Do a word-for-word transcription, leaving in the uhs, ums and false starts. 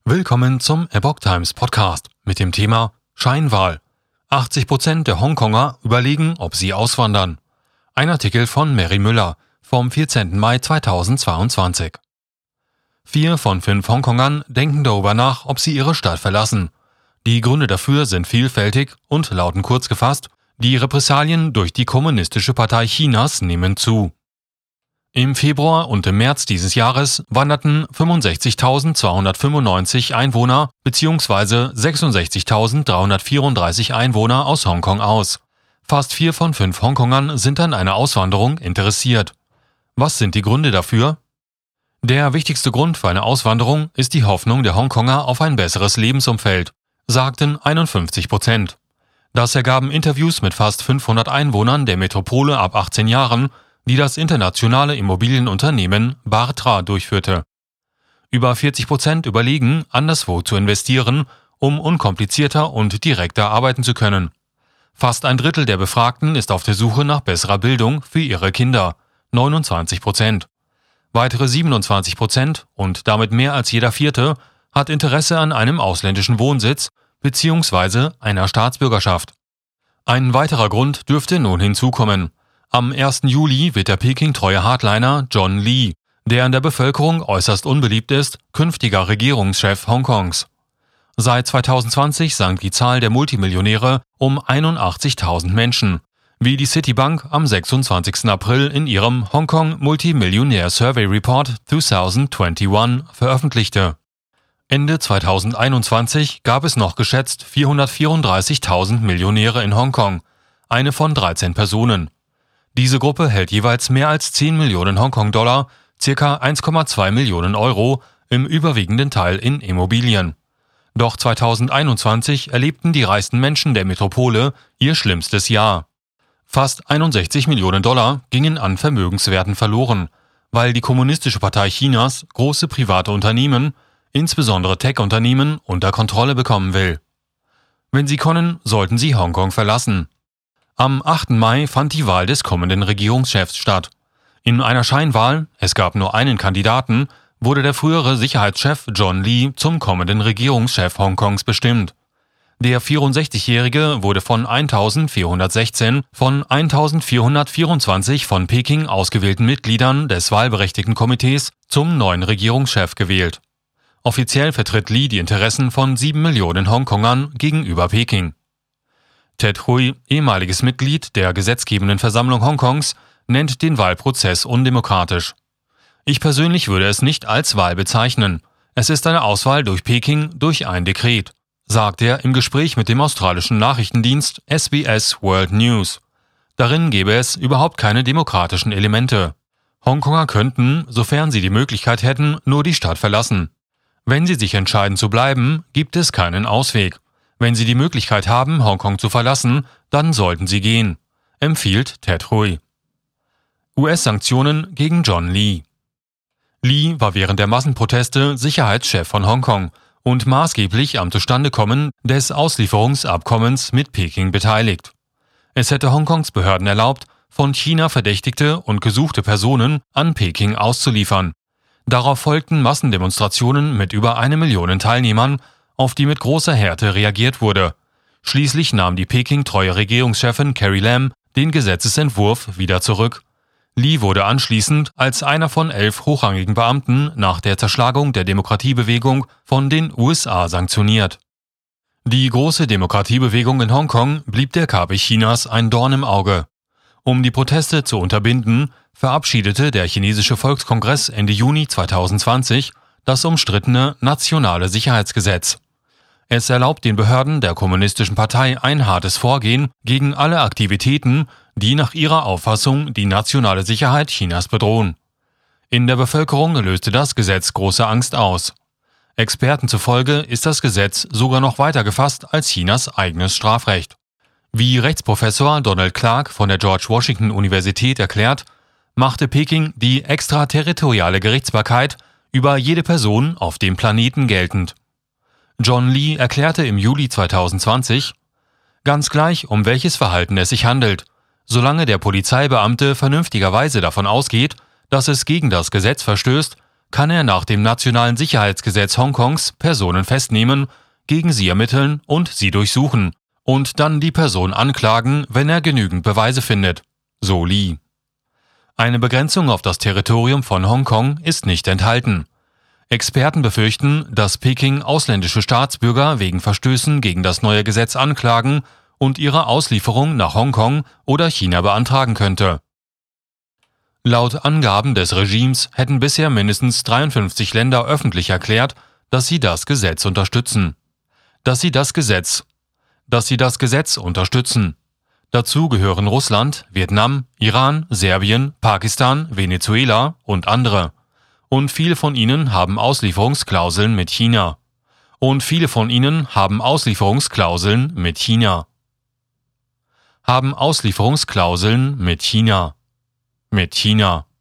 Willkommen zum Epoch Times Podcast mit dem Thema Scheinwahl. achtzig Prozent der Hongkonger überlegen, ob sie auswandern. Ein Artikel von Mary Müller vom vierzehnten Mai zweitausendzweiundzwanzig. Vier von fünf Hongkongern denken darüber nach, ob sie ihre Stadt verlassen. Die Gründe dafür sind vielfältig und lauten kurz gefasst: Die Repressalien durch die Kommunistische Partei Chinas nehmen zu. Im Februar und im März dieses Jahres wanderten fünfundsechzigtausendzweihundertfünfundneunzig Einwohner bzw. sechsundsechzigtausenddreihundertvierunddreißig Einwohner aus Hongkong aus. Fast vier von fünf Hongkongern sind an einer Auswanderung interessiert. Was sind die Gründe dafür? Der wichtigste Grund für eine Auswanderung ist die Hoffnung der Hongkonger auf ein besseres Lebensumfeld, sagten einundfünfzig Prozent. Das ergaben Interviews mit fast fünfhundert Einwohnern der Metropole ab achtzehn Jahren, die das internationale Immobilienunternehmen Bartra durchführte. Über vierzig Prozent überlegen, anderswo zu investieren, um unkomplizierter und direkter arbeiten zu können. Fast ein Drittel der Befragten ist auf der Suche nach besserer Bildung für ihre Kinder, neunundzwanzig Prozent. Weitere siebenundzwanzig Prozent und damit mehr als jeder Vierte hat Interesse an einem ausländischen Wohnsitz bzw. einer Staatsbürgerschaft. Ein weiterer Grund dürfte nun hinzukommen. Am ersten Juli wird der Peking-treue Hardliner John Lee, der in der Bevölkerung äußerst unbeliebt ist, künftiger Regierungschef Hongkongs. Seit zweitausendzwanzig sank die Zahl der Multimillionäre um einundachtzigtausend Menschen, wie die Citibank am sechsundzwanzigsten April in ihrem Hong Kong Multimillionaire Survey Report zweitausendeinundzwanzig veröffentlichte. Ende zweitausendeinundzwanzig gab es noch geschätzt vierhundertvierunddreißigtausend Millionäre in Hongkong, eine von dreizehn Personen. Diese Gruppe hält jeweils mehr als zehn Millionen Hongkong-Dollar, ca. eins Komma zwei Millionen Euro, im überwiegenden Teil in Immobilien. Doch zweitausendeinundzwanzig erlebten die reichsten Menschen der Metropole ihr schlimmstes Jahr. Fast einundsechzig Millionen Dollar gingen an Vermögenswerten verloren, weil die Kommunistische Partei Chinas große private Unternehmen, insbesondere Tech-Unternehmen, unter Kontrolle bekommen will. Wenn sie können, sollten sie Hongkong verlassen. Am achten Mai fand die Wahl des kommenden Regierungschefs statt. In einer Scheinwahl, es gab nur einen Kandidaten, wurde der frühere Sicherheitschef John Lee zum kommenden Regierungschef Hongkongs bestimmt. Der vierundsechzigjährige wurde von eintausendvierhundertsechzehn von eintausendvierhundertvierundzwanzig von Peking ausgewählten Mitgliedern des wahlberechtigten Komitees zum neuen Regierungschef gewählt. Offiziell vertritt Lee die Interessen von sieben Millionen Hongkongern gegenüber Peking. Ted Hui, ehemaliges Mitglied der gesetzgebenden Versammlung Hongkongs, nennt den Wahlprozess undemokratisch. Ich persönlich würde es nicht als Wahl bezeichnen. Es ist eine Auswahl durch Peking durch ein Dekret, sagt er im Gespräch mit dem australischen Nachrichtendienst S B S World News. Darin gäbe es überhaupt keine demokratischen Elemente. Hongkonger könnten, sofern sie die Möglichkeit hätten, nur die Stadt verlassen. Wenn sie sich entscheiden zu bleiben, gibt es keinen Ausweg. Wenn sie die Möglichkeit haben, Hongkong zu verlassen, dann sollten sie gehen, empfiehlt Ted Hui. U S-Sanktionen gegen John Lee. Lee war während der Massenproteste Sicherheitschef von Hongkong und maßgeblich am Zustandekommen des Auslieferungsabkommens mit Peking beteiligt. Es hätte Hongkongs Behörden erlaubt, von China verdächtigte und gesuchte Personen an Peking auszuliefern. Darauf folgten Massendemonstrationen mit über eine Million Teilnehmern, auf die mit großer Härte reagiert wurde. Schließlich nahm die Peking-treue Regierungschefin Carrie Lam den Gesetzesentwurf wieder zurück. Lee wurde anschließend als einer von elf hochrangigen Beamten nach der Zerschlagung der Demokratiebewegung von den U S A sanktioniert. Die große Demokratiebewegung in Hongkong blieb der Kappe Chinas ein Dorn im Auge. Um die Proteste zu unterbinden, verabschiedete der chinesische Volkskongress Ende Juni zweitausendzwanzig das umstrittene Nationale Sicherheitsgesetz. Es erlaubt den Behörden der Kommunistischen Partei ein hartes Vorgehen gegen alle Aktivitäten, die nach ihrer Auffassung die nationale Sicherheit Chinas bedrohen. In der Bevölkerung löste das Gesetz große Angst aus. Experten zufolge ist das Gesetz sogar noch weiter gefasst als Chinas eigenes Strafrecht. Wie Rechtsprofessor Donald Clark von der George Washington Universität erklärt, machte Peking die extraterritoriale Gerichtsbarkeit über jede Person auf dem Planeten geltend. John Lee erklärte im Juli zweitausendzwanzig: Ganz gleich, um welches Verhalten es sich handelt, solange der Polizeibeamte vernünftigerweise davon ausgeht, dass es gegen das Gesetz verstößt, kann er nach dem Nationalen Sicherheitsgesetz Hongkongs Personen festnehmen, gegen sie ermitteln und sie durchsuchen und dann die Person anklagen, wenn er genügend Beweise findet, so Lee. Eine Begrenzung auf das Territorium von Hongkong ist nicht enthalten. Experten befürchten, dass Peking ausländische Staatsbürger wegen Verstößen gegen das neue Gesetz anklagen und ihre Auslieferung nach Hongkong oder China beantragen könnte. Laut Angaben des Regimes hätten bisher mindestens dreiundfünfzig Länder öffentlich erklärt, dass sie das Gesetz unterstützen. Dass sie das Gesetz, dass sie das Gesetz unterstützen. Dazu gehören Russland, Vietnam, Iran, Serbien, Pakistan, Venezuela und andere. Und viele von ihnen haben Auslieferungsklauseln mit China. Und viele von ihnen haben Auslieferungsklauseln mit China. Haben Auslieferungsklauseln mit China. Mit China.